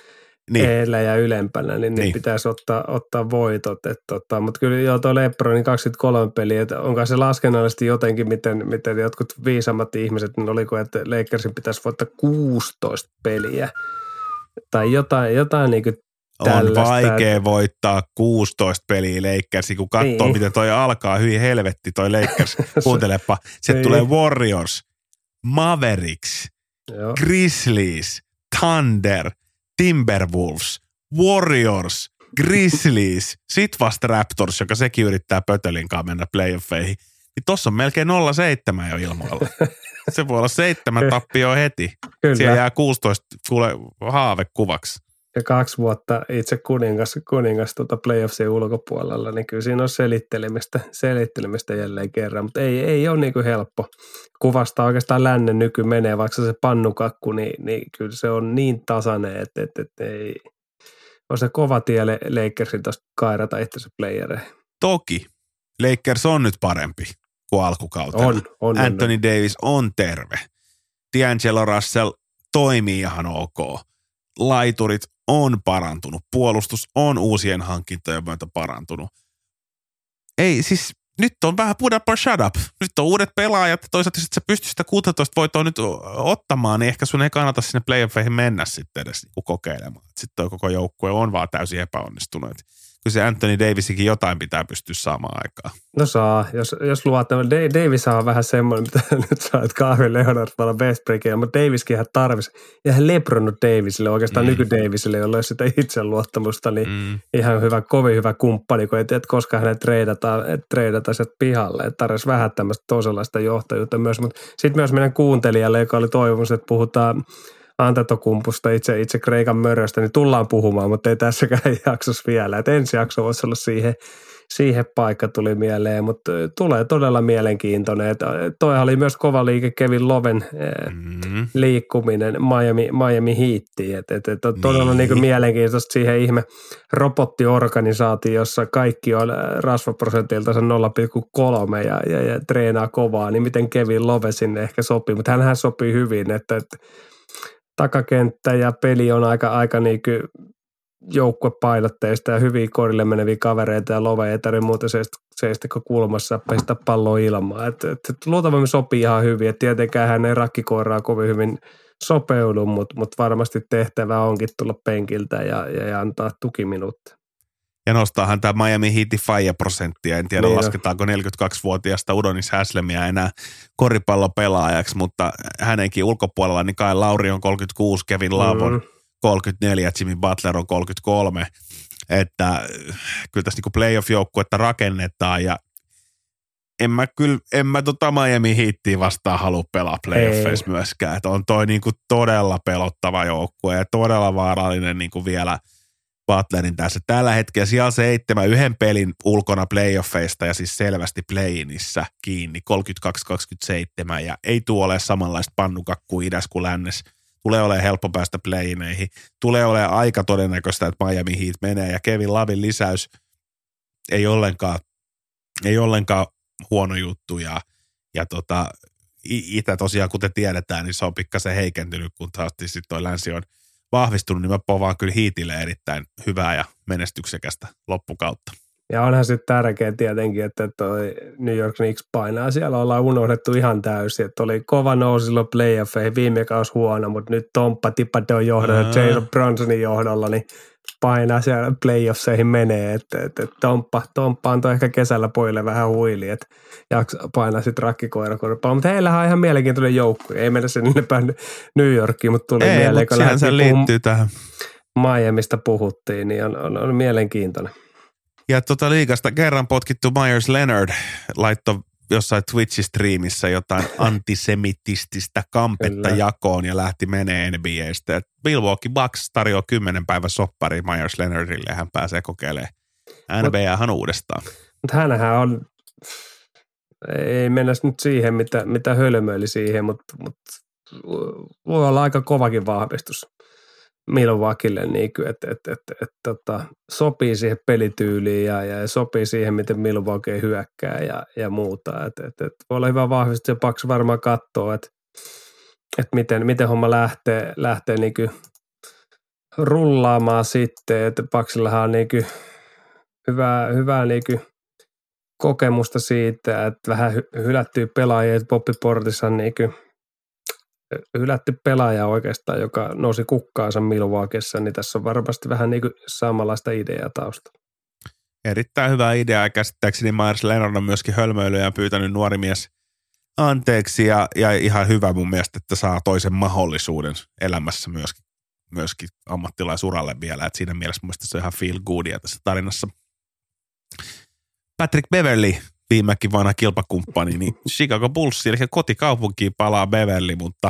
niin. eellä ja ylempänä, niin, niin. pitäisi ottaa, ottaa voitot. Tota, mutta kyllä joo, tuo LeBronin kaksikymmentäkolme peliä, että onko se laskennallisesti jotenkin, miten, miten jotkut viisammat ihmiset, niin oliko, että Lakersin pitäisi voittaa kuusitoista peliä tai jotain, jotain niin kuin tällaista. On vaikea voittaa kuusitoista peliä Lakersin, kun katsoo, niin. miten toi alkaa, hyi helvetti toi Lakers. Kuuntelepa, sitten niin. tulee Warriors, Mavericks, joo. Grizzlies, Thunder, Timberwolves, Warriors, Grizzlies, sit vasta Raptors, joka sekin yrittää pötölinkaan mennä playoffeihin. Niin tossa on melkein nolla seitsemän jo ilmoilla. Se voi olla seitsemän tappioa heti. Kyllä. Siellä jää kuusitoista kuule haavekuvaksi. Ja kaksi vuotta itse kuningas, kuningas tuota playoffsien ulkopuolella, niin kyllä siinä on selittelemistä, selittelemistä jälleen kerran. Mutta ei, ei ole niin kuin helppo kuvastaa oikeastaan lännen nyky menee, vaikka se pannukakku, niin, niin kyllä se on niin tasainen, että, että, että ei on se kova tie Lakersin tuosta kairata itsensä playereihin. Toki Lakers on nyt parempi kuin alkukautena. On, on, Anthony on. Davis on terve. D'Angelo Russell toimii ihan ok. Laiturit on parantunut. Puolustus on uusien hankintojen myötä parantunut. Ei siis, nyt on vähän put up or shut up. Nyt on uudet pelaajat. Toisaalta, jos et sä pysty sitä kuusitoista voittoa nyt ottamaan, niin ehkä sun ei kannata sinne playoffeihin mennä sitten edes niin kokeilemaan. Sitten toi koko joukkue on vaan täysin epäonnistunut. Kyllä se Anthony Davisikin jotain pitää pystyä saamaan aikaan. No saa, jos, jos luvataan. Davis on vähän semmoinen, mitä nyt saa, että Kawhi Leonard vaan Westbrookilla, mutta Daviskin ihan tarvisi. Ja hän LeBron Davisille, oikeastaan mm. nyky-Davisille, jolla olisi sitä itseluottamusta, niin mm. ihan hyvä, kovin hyvä kumppani, kun ei tiedä, koska hänet treidataan, treidataan sieltä pihalle. Että tarvitsisi vähän tämmöistä toisenlaista johtajuutta myös. Mutta sitten myös meidän kuuntelijalle, joka oli toivomus, että puhutaan Antetokumpusta, itse, itse Kreikan möröstä, niin tullaan puhumaan, mutta ei tässäkään jaksossa vielä. Et ensi jakso voisi olla siihen, siihen paikka tuli mieleen, mutta tulee todella mielenkiintoinen. Et toihan oli myös kova liike Kevin Loven mm-hmm. liikkuminen Miami, Miami Heatiin. Et, et, et on todella niin. Niin mielenkiintoista siihen ihme robottiorganisaatio, jossa kaikki on rasvaprosentiltansa nolla pilkku kolme ja, ja, ja treenaa kovaa, niin miten Kevin Love sinne ehkä sopii. Mutta hänhän sopii hyvin, että, että takakenttä ja peli on aika, aika niin kuin joukkuepainotteista ja hyvin korille meneviä kavereita ja Love ei tarvitse muuta seistikö kulmassa pestä palloa ilmaan. Et, et, et luultavasti sopii ihan hyvin, että tietenkään hän ei rakkikoiraa kovin hyvin sopeudu, mutta mut varmasti tehtävä onkin tulla penkiltä ja, ja, ja antaa tukiminuutta. Ja nostaahan tämä Miami Heatin faija-prosenttia. En tiedä, niin lasketaanko neljäkymmentäkaksivuotiaasta Udonis Haslemia enää koripallopelaajaksi, mutta hänenkin ulkopuolella niin Kyle Lowry on kolmekymmentäkuusi, Kevin Love on kolmekymmentäneljä, Jimmy Butler on kolmekymmentäkolme. Että kyllä tässä niin playoff-joukkuetta rakennetaan ja en mä kyllä, en mä tota Miami Heatia vastaan halua pelaa playoffeissa myöskään. Että on toi niin kuin todella pelottava joukkue ja todella vaarallinen niin kuin vielä Butlerin tässä. Tällä hetkellä siellä seitsemän yhden pelin ulkona playoffeista ja siis selvästi play-inissä kiinni kolmekymmentäkaksi kaksikymmentäseitsemän ja ei tule ole samanlaista pannukakkua idässä kuin lännessä. Tulee olemaan helppo päästä play-ineihin. Tulee olemaan aika todennäköistä, että Miami Heat menee ja Kevin Lovin lisäys ei ollenkaan, ei ollenkaan huono juttu ja, ja tota, itse tosiaan kuten tiedetään, niin se on pikkasen heikentynyt, kun taas sitten toi länsi on vahvistunut, niin mä povaan kyllä Heatille erittäin hyvää ja menestyksekästä loppukautta. Ja onhan sitten tärkeää tietenkin, että toi New York Knicks painaa. Siellä ollaan unohdettu ihan täysin, että oli kova nousu silloin playoffeihin, viime kausi huono, mutta nyt Tomppa Thibodeau'n johdolla, Aa. Jason Bronsonin johdolla, niin painaa siellä playoffseihin menee. Että, että, että Tomppa, Tomppa antoi ehkä kesällä pojille vähän huili, että jaksaa painaa sitten rakkikoirakoripalloa. Mutta heillähän on ihan mielenkiintoinen joukkue. Ei mennä sen enempää New Yorkiin, mutta tuli Ei, mieleen, kun lähdettiin liittyy tähän. Miamista puhuttiin, niin on, on, on mielenkiintoinen. Ja tota liigasta kerran potkittu Myers Leonard laittoi jossain Twitch-striimissä jotain antisemitististä kampetta Kyllä. jakoon ja lähti menee N B A:stä. Milwaukee Bucks tarjoaa kymmenen päivän soppari Myers Leonardille ja hän pääsee kokeilemaan N B A:han uudestaan. Mutta hänhän on, ei mennä nyt siihen, mitä, mitä hölmöili siihen, mutta, mutta voi olla aika kovakin vahvistus Milwaukeelle, niin että et, et, et, et, sopii siihen pelityyliin ja, ja sopii siihen, miten Milwaukee hyökkää ja, ja muuta. Et, et, et, voi olla hyvä vahvistus ja Bucks varmaan katsoo, että et miten, miten homma lähtee, lähtee niin kuin rullaamaan sitten, että Bucksillahan on niin hyvää, hyvää niin kokemusta siitä, että vähän hylättyy pelaajia, että Bobby Portis on niin hylätty pelaaja oikeastaan, joka nousi kukkaansa Milwaukeessa, niin tässä on varmasti vähän niin samanlaista ideaa taustalla. Erittäin hyvä idea, ja käsittääkseni Myers Leonard on myöskin hölmöilyä ja pyytänyt nuori mies anteeksi, ja, ja ihan hyvä mun mielestä, että saa toisen mahdollisuuden elämässä myöskin, myöskin ammattilaisuralle vielä, että siinä mielessä mun mielestä se on ihan feel goodia tässä tarinassa. Patrick Beverley, viimekin vanha kilpakumppani, niin Chicago Bulls, eli kotikaupunkiin palaa Beverley, mutta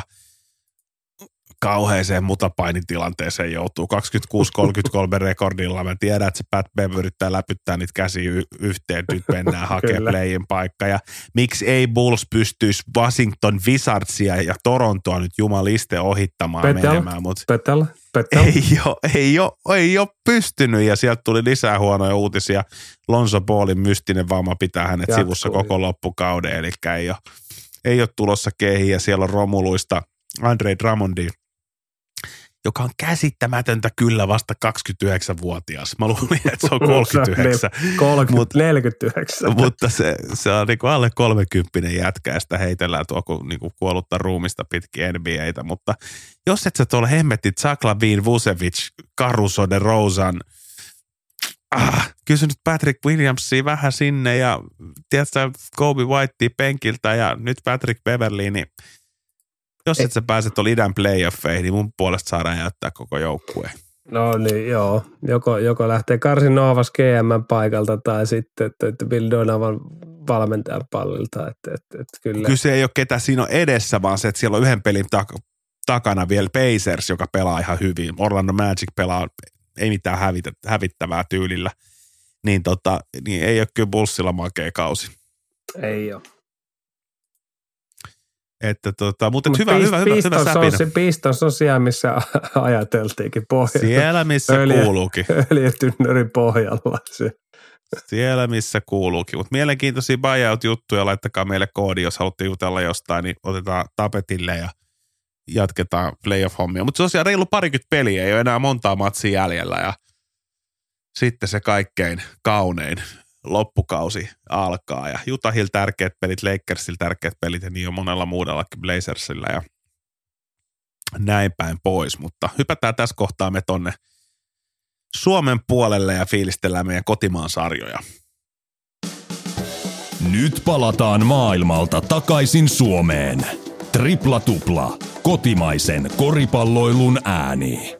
kauheeseen mutapainitilanteeseen joutuu kaksikymmentäkuusi kolmekymmentäkolme rekordilla. Mä tiedän, että se Pat Bev yrittää läpyttää niitä käsiä y- yhteen, nyt mennään hakemaan playin paikka. Ja miksi ei Bulls pystyisi Washington Wizardsia ja Torontoa nyt jumaliste ohittamaan Petel, menemään. Mut Petel, Petel. Ei ole, ei, ole, ei ole pystynyt, ja sieltä tuli lisää huonoja uutisia. Lonzo Ballin mystinen vamma pitää hänet Jatkuu. sivussa koko loppukauden, eli ei ole, ei ole tulossa kehiin, ja siellä on Romuluista Andre Drummondia, joka on käsittämätöntä kyllä vasta kaksikymmentäyhdeksänvuotias. Mä luulin, että se on kolmekymmentäyhdeksän. kolmekymmentä, neljäkymmentäyhdeksän. Mutta se, se on niinku alle kolmekymppinen jätkä, ja sitä heitellään tuo kuin niinku kuollutta ruumista pitkin N B A:tä. Mutta jos et sä tuolla hemmetit Zaklavin, Vucevic, Caruso, DeRozan, ah, kysy nyt Patrick Williamsia vähän sinne, ja tiedätkö Kobe Whitea penkiltä, ja nyt Patrick Beverley, niin jos et sä pääset tuolla idän playoffeihin, niin mun puolesta saadaan jättää koko joukkueen. No niin, joo. Joko, joko lähtee Karsinovas G M paikalta tai sitten että, että Bill Donovan valmentajan pallilta. Että, että, että kyllä. Kyse ei ole ketä siinä on edessä, vaan se, että siellä on yhden pelin tak- takana vielä Pacers, joka pelaa ihan hyvin. Orlando Magic pelaa ei mitään hävitä, hävittävää tyylillä. Niin, tota, niin ei ole kyllä Bullsilla makea kausi. Ei ole. Että tota, mutta Mut hyvä, pist, hyvä, hyvä, hyvä säpinä. Piston sosiaan, missä ajateltiinkin pohjalla. Siellä, missä Öljä, kuuluukin. Öljytynnyrin pohjalla se. Siellä, missä kuuluukin. Mutta mielenkiintoisia buyout-juttuja, laittakaa meille koodi, jos haluatte jutella jostain, niin otetaan tapetille ja jatketaan playoff-hommia. Mutta tosiaan reilu parikymmentä peliä, ei ole enää montaa matsia jäljellä, ja sitten se kaikkein kaunein loppukausi alkaa, ja Utahilla tärkeät pelit, Lakersilla tärkeät pelit, ja niin on monella muudellakin, Blazersilla ja näin päin pois, mutta hypätään tässä kohtaa me tonne Suomen puolelle ja fiilistellään meidän kotimaan sarjoja. Nyt palataan maailmalta takaisin Suomeen. Tripla tupla, kotimaisen koripalloilun ääni.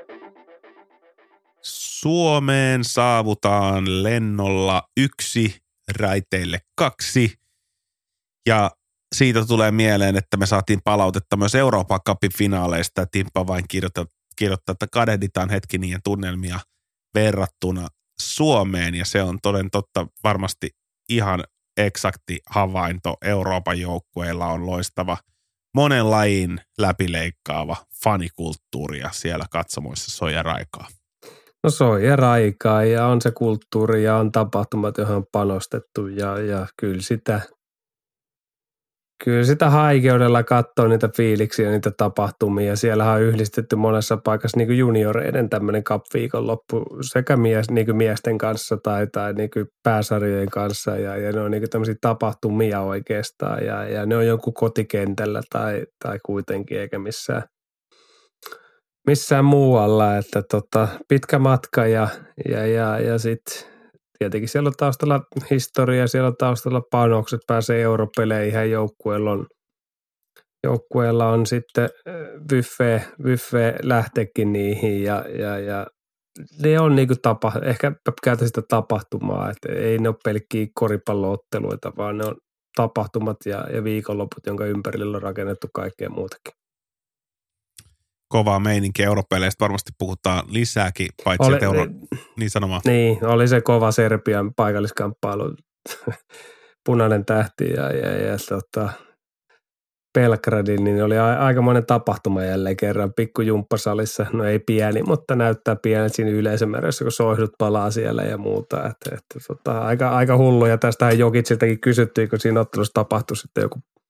Suomeen saavutaan lennolla yksi, raiteille kaksi, ja siitä tulee mieleen, että me saatiin palautetta myös Euroopan Cupin finaaleista, ja Timppa vain kirjoittaa, kirjoittaa, että kadehditaan hetki niiden tunnelmia verrattuna Suomeen, ja se on toden totta varmasti ihan eksakti havainto. Euroopan joukkueilla on loistava monen lajin läpileikkaava fanikulttuuri, ja siellä katsomoissa soi ja raikaa. No soi ja raikaa, ja on se kulttuuri ja on tapahtumat, johon on panostettu, ja, ja kyllä sitä Kyllä sitä haikeudella katsoo niitä fiiliksiä ja niitä tapahtumia. Siellähän on yhdistetty monessa paikassa niin kuin junioreiden tämmöinen cup-viikonloppu sekä mies, niin kuin miesten kanssa tai, tai niin kuin pääsarjojen kanssa. Ja, ja ne on niin kuin tämmöisiä tapahtumia oikeastaan. Ja, ja ne on jonkun kotikentällä tai, tai kuitenkin eikä missään, missään muualla. Että tota, pitkä matka ja, ja, ja, ja sitten tietenkin siellä on taustalla historia, siellä on taustalla panokset, pääsee europeleihin ja joukkueella on, joukkueella on sitten buffet, buffet lähteekin niihin ja, ja, ja ne on niinku tapa, ehkä käytä sitä tapahtumaa, että ei ne ole pelkkiä koripallootteluita, vaan ne on tapahtumat ja, ja viikonloput, jonka ympärillä on rakennettu kaikkea muutakin. Kovaa meininkiä europeleistä varmasti puhutaan lisääkin, paitsi oli, euro... Niin sanomaan. Niin, oli se kova Serbian paikalliskamppailu, punainen tähti ja, ja, ja tota, Belgradin, niin oli a- aikamoinen tapahtuma jälleen kerran pikkujumppasalissa. No ei pieni, mutta näyttää pienet siinä yleisömäärässä, kun soihdut palaa siellä ja muuta. Että, että, tota, aika, aika hullu, ja tästähän Jokitsiltakin kysyttiin, kun siinä ottelussa tapahtui sitten joku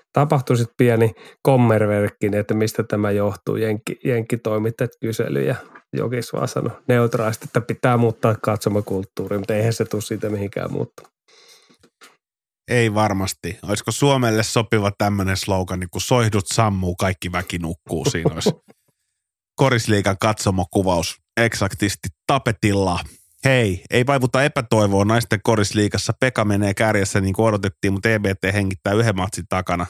tapahtui sitten pieni kommerverkki, että mistä tämä johtuu. Jenkki, jenkkitoimittajat kysely ja Jokis vaan sanoi neutraalisti, että pitää muuttaa katsomakulttuuri, mutta eihän se tule siitä mihinkään muuttua. Ei varmasti. Olisiko Suomelle sopiva tämmöinen slogan, niin kun soihdut sammuu, kaikki väki nukkuu. Siinä olisi Korisliigan katsomokuvaus eksaktisti tapetilla. Hei, ei vaivuta epätoivoa naisten Korisliigassa. Pekka menee kärjessä niin kuin odotettiin, mutta E B T hengittää yhden matsin takana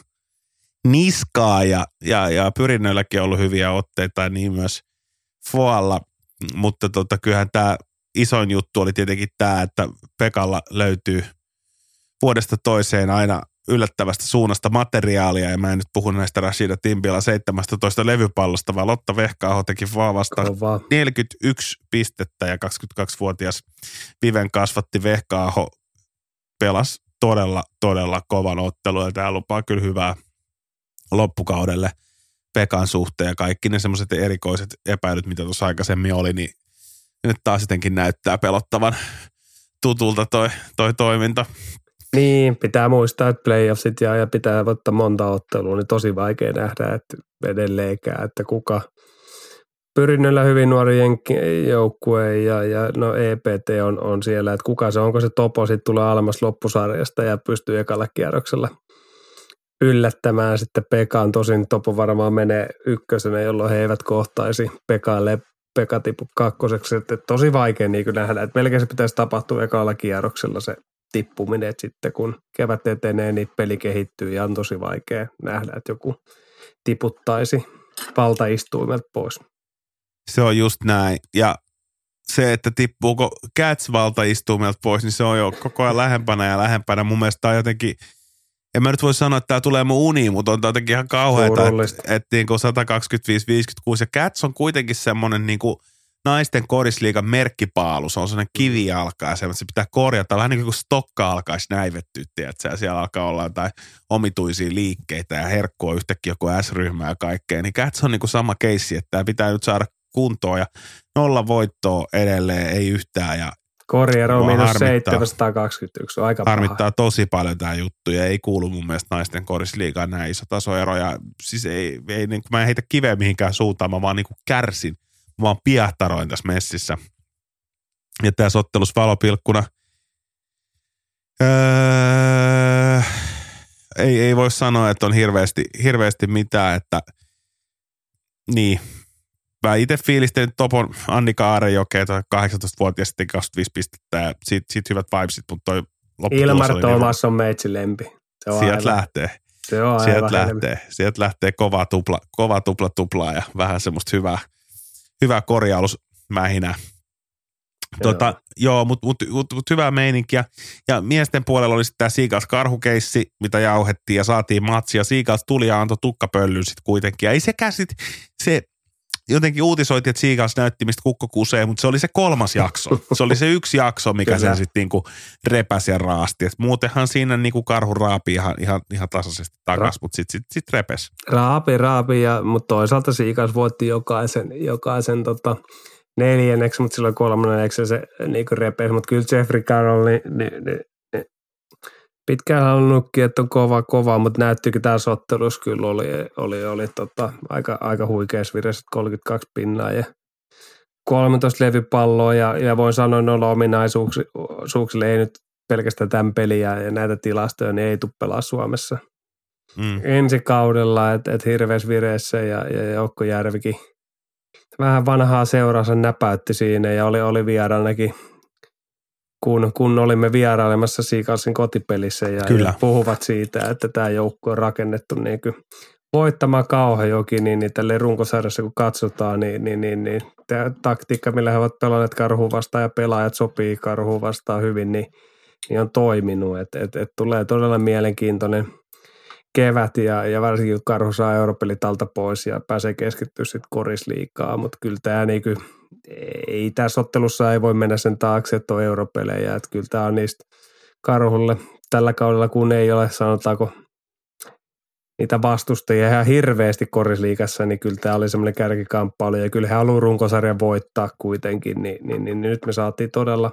niskaa ja, ja, ja pyrinnöilläkin on ollut hyviä otteita ja niin myös Foalla. Mutta tota, kyllähän tämä isoin juttu oli tietenkin tämä, että Pekalla löytyy vuodesta toiseen aina yllättävästä suunnasta materiaalia, ja mä en nyt puhu näistä Rashida Timbila seitsemästätoista levypallosta, vaan Lotta Vehkaaho teki vaan vasta Kova. neljäkymmentäyksi pistettä, ja kaksikymmentäkaksivuotias Viven kasvatti Vehkaaho pelasi todella, todella kovan ottelun, ja tämä lupaa kyllä hyvää loppukaudelle Pekan suhteen, ja kaikki ne semmoiset erikoiset epäilyt, mitä tuossa aikaisemmin oli, niin nyt taas jotenkin näyttää pelottavan tutulta toi, toi toiminta. Niin, pitää muistaa, että playoffsit ja, ja pitää ottaa monta ottelua, niin tosi vaikea nähdä, että edelleenkään, että kuka pyrinnöllä hyvin nuori joukkue ja, ja no E P T on, on siellä, että kuka se, onko se Topo, sitten tulee alemmas loppusarjasta ja pystyy ekalla kierroksella yllättämään sitten Pekaan, tosin Topo varmaan menee ykkösenä, jolloin he eivät kohtaisi Pekalle, Pekka tipu kakkoseksi, että tosi vaikea niin kuin nähdä, että melkein se pitäisi tapahtua ekalla kierroksella se tippuminen, että sitten kun kevät etenee, niin peli kehittyy ja on tosi vaikea nähdä, että joku tiputtaisi valtaistuimelta pois. Se on just näin. Ja se, että tippuuko Cats valtaistuimelta pois, niin se on jo koko ajan lähempänä ja lähempänä. Mun mielestä tämä on jotenkin, en mä nyt voi sanoa, että tämä tulee mun uniin, mutta on jotenkin ihan kauheata, että, että niin kuin sata kaksikymmentäviisi viisikymmentäkuusi. Ja Cats on kuitenkin semmoinen niin kuin naisten Korisliigan merkkipaalu, se on sellainen kivijalka ja se pitää korjata, vähän niin kuin stokka alkaisi näivettyä, että siellä alkaa olla jotain omituisia liikkeitä ja herkkua yhtäkkiä joku S-ryhmä ja kaikkea, niin Cats on niin kuin sama keissi, että tämä pitää nyt saada kuntoon ja nolla voittoa edelleen, ei yhtään ja Korjero on miinus seitsemänsataakaksikymmentäyksi, on aika paha. Harmittaa tosi paljon tämä juttu ja ei kuulu mun mielestä naisten Korisliigaan näin iso tasoero ja siis ei, ei niin kuin mä en heitä kiveä mihinkään suuntaan, mä vaan niin kuin kärsin. Mä vaan piahtaroin tässä messissä. Ja tässä ottelussa valopilkkuna öö, ei, ei voi sanoa, että on hirveästi, hirveästi mitään, että niin. Mä itse fiilistelin Topon Annika Aarejokea, kahdeksantoistavuotias sitten kaksikymmentäviisi pistettä ja siitä, siitä hyvät vibesit, mutta toi lopputulos Ilmar Thomas on meitsi lempi. Sieltä lähtee. Se on Sieltä lähtee. Sieltä lähtee kova tupla, kova tupla tuplaa ja vähän semmoista hyvää. Hyvä korjausmähinä. Tota, joo, joo mutta mut, mut, mut hyvää meininkiä. Ja miesten puolella oli sitten tämä Seagulls-karhukeissi, mitä jauhettiin ja saatiin matsia. Seagulls tuli ja antoi tukkapöllyn sitten kuitenkin. Ja ei sekään sitten, se jotenkin uutisoitiin, että Seagulls näytti, mistä kukko kusee, mutta se oli se kolmas jakso. Se oli se yksi jakso, mikä sen sitten niinku repäsi ja raasti. Et muutenhan siinä niinku karhu raapi ihan, ihan, ihan tasaisesti takas, Ra- mutta sitten sit, sit repesi. Raapi, raapi, ja, mutta toisaalta Seagulls voitti jokaisen, jokaisen tota, neljänneksi, mutta silloin kolmanneksi se niinku repesi. Mutta kyllä Jeffrey Carroll, niin, niin, niin, niin pitkään halunnutkin, että on kova, kova, mutta näyttikin tässä ottelussa kyllä oli, oli, oli tota, aika, aika huikeassa viressä, kolmekymmentäkaksi pinnaa ja kolmetoista levypalloa ja, ja voin sanoa noilla ominaisuuksille ei nyt pelkästään tämän peliä ja näitä tilastoja, niin ei tule pelaa Suomessa. Mm. Ensi kaudella, että et hirveässä vireessä ja, ja Joukko Järvikin vähän vanhaa seuraansa näpäytti siinä ja oli, oli vieraanakin. Kun, kun olimme vierailemassa Seagullsin kotipelissä ja, ja puhuvat siitä, että tämä joukko on rakennettu niin kuin voittamaan Kauhajoki, niin, niin tälle runkosarjassa kun katsotaan, niin, niin, niin, niin tämä taktiikka, millä he ovat pelanneet Karhuun vastaan ja pelaajat sopii Karhuun vastaan hyvin, niin, niin on toiminut. Et, et, et tulee todella mielenkiintoinen kevät ja, ja varsinkin kun Karhu saa Europelit alta pois ja pääsee keskittyä sitten Korisliigaan, mutta kyllä tämä niin kuin ei tässä ottelussa ei voi mennä sen taakse, että on europelejä, että kyllä tämä on niistä Karhulle tällä kaudella, kun ei ole, sanotaanko, niitä vastustajia ihan hirveästi Korisliigassa, niin kyllä tämä oli semmoinen kärkikamppailu, ja kyllä he haluaa runkosarjan voittaa kuitenkin, niin, niin, niin nyt me saatiin todella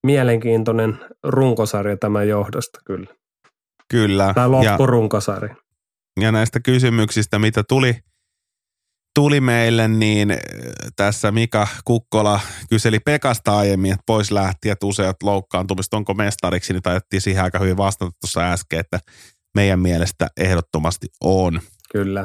mielenkiintoinen runkosarja tämän johdosta kyllä. Kyllä. Tai loppurunkosarja. Ja näistä kysymyksistä, mitä tuli, tuli meille, niin tässä Mika Kukkola kyseli Pekasta aiemmin, että pois lähti, että useat loukkaantumista, onko mestariksi, niin taidettiin siihen aika hyvin vastata tuossa äsken, että meidän mielestä ehdottomasti on. Kyllä.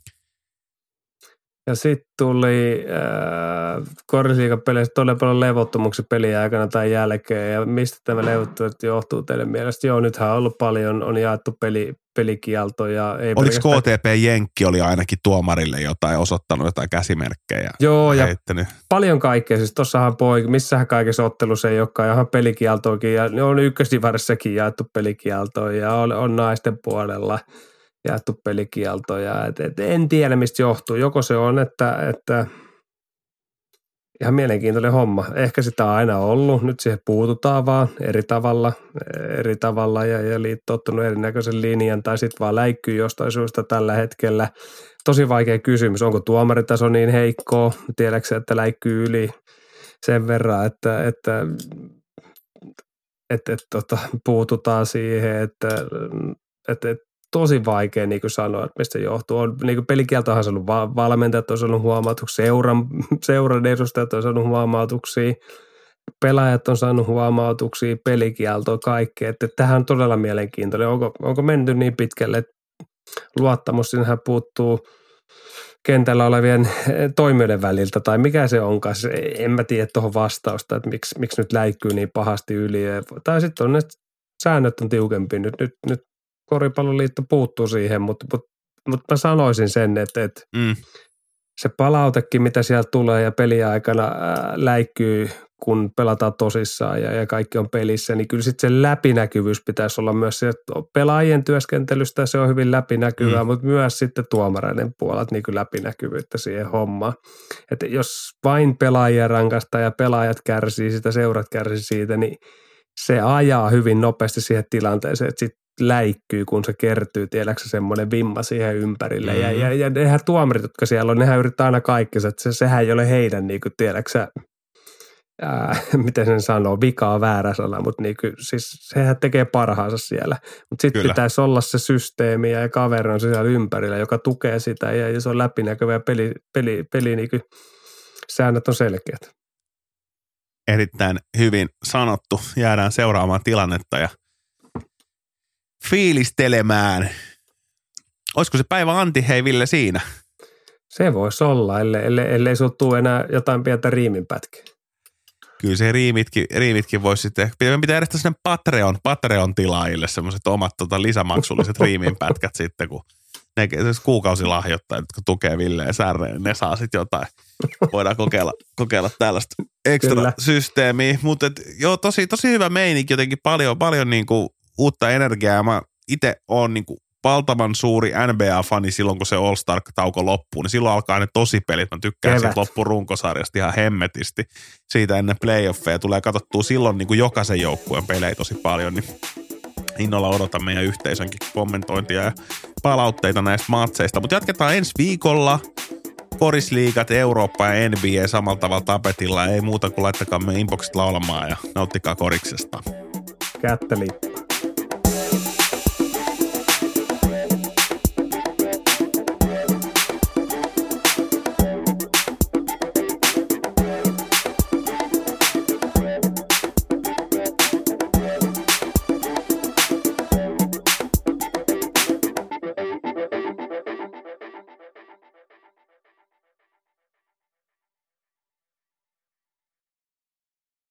Ja sitten tuli äh, Korisliigan peleissä todella paljon levottomuuksia pelin aikana tai jälkeen. Ja mistä tämä levottomuus johtuu teille mielestä? Joo, nythän on ollut paljon, on jaettu peli, pelikielto. Ja ei oliko pelkästään... K T P Jenkki oli ainakin tuomarille jotain, osoittanut jotain käsimerkkejä? Joo, ja heittänyt. Paljon kaikkea. Siis tuossahan poik, missähän kaikessa ottelussa ei olekaan ihan pelikieltoakin. Ja on ykkösdivarissakin jaettu pelikieltoa ja on, on naisten puolella jaettu pelikieltoja. Et, et en tiedä, mistä johtuu. Joko se on, että, että ihan mielenkiintoinen homma. Ehkä sitä on aina ollut. Nyt siihen puututaan vaan eri tavalla, eri tavalla ja, ja liitto on ottanut erinäköisen linjan tai sitten vaan läikkyy jostain syystä tällä hetkellä. Tosi vaikea kysymys. Onko tuomaritaso niin heikkoa? Tiedätkö, että läikkyy yli sen verran, että, että, että, että, että puututaan siihen, että, että, että tosi vaikea niin kuin sanoa, että mistä johtuu. On, niin kuin pelikieltohan on ollut valmentajat, on saanut huomautuksia, seuran, seuran edustajat on saanut huomautuksia, pelaajat on saanut huomautuksia, pelikieltoa, kaikkea. Että tämähän on todella mielenkiintoinen. Onko, onko menty niin pitkälle, että luottamus sinähän puuttuu kentällä olevien toimijoiden väliltä, tai mikä se onkaan. En mä tiedä tuohon vastausta, että miksi, miksi nyt läikkyy niin pahasti yli. Tai sitten on ne säännöt on tiukempi nyt, nyt, nyt Koripalloliitto puuttuu siihen, mutta, mutta, mutta mä sanoisin sen, että, että mm. se palautekin, mitä sieltä tulee ja peliaikana ää, läikkyy, kun pelataan tosissaan ja, ja kaikki on pelissä, niin kyllä sitten se läpinäkyvyys pitäisi olla myös se, että pelaajien työskentelystä se on hyvin läpinäkyvää, mm. mutta myös sitten tuomareiden puolelta niin kuin läpinäkyvyyttä siihen hommaan. Että jos vain pelaajia rankastaa ja pelaajat kärsii sitä, seurat kärsii siitä, niin se ajaa hyvin nopeasti siihen tilanteeseen, että sitten läikkyy, kun se kertyy, tiedätkö semmoinen vimma siihen ympärille. Mm-hmm. Ja, ja, ja nehän tuomarit, jotka siellä on, nehän yrittää aina kaikkensa, että se, sehän ei ole heidän, niin kuin, tiedätkö ää, miten sen sanoo, vikaa väärä sana, mutta niin kuin, siis sehän tekee parhaansa siellä. Mutta sitten pitäisi olla se systeemi ja kaveri on siellä ympärillä, joka tukee sitä ja, ja se on läpinäkyvä ja peli, peli, peli niin kuin, säännöt on selkeät. Erittäin hyvin sanottu. Jäädään seuraamaan tilannetta ja fiilistelemään. Olisiko se päivä anti, hei Ville, siinä? Se voisi olla, ellei, ellei, ellei sinulla tule enää jotain pientä riiminpätkiä. Kyllä se riimitkin, riimitkin voisi sitten, pitää järjestää sinne Patreon, Patreon-tilaajille semmoiset omat tota, lisämaksulliset riiminpätkät sitten, kun ne kuukausilahjoittajat, jotka tukee Ville ja Särre, ne saa sitten jotain. Voidaan kokeilla, kokeilla tällaista ekstra Kyllä. systeemiä, mutta joo, tosi, tosi hyvä meininki, jotenkin paljon, paljon niin kuin uutta energiaa. Mä itse oon niin kuin valtavan suuri N B A-fani silloin, kun se All-Star-tauko loppuu, niin silloin alkaa ne tosipelit. Mä tykkään siitä loppurunkosarjasta ihan hemmetisti. Siitä ennen playoffeja tulee katsottua silloin niin kuin jokaisen joukkueen pelejä tosi paljon, niin innolla odotan meidän yhteisönkin kommentointia ja palautteita näistä matseista. Mutta jatketaan ensi viikolla. Korisliigat, Eurooppa ja N B A samalla tavalla tapetilla. Ei muuta kuin laittakaa me inboxit laulamaan ja nauttikaa koriksesta. Kätteli.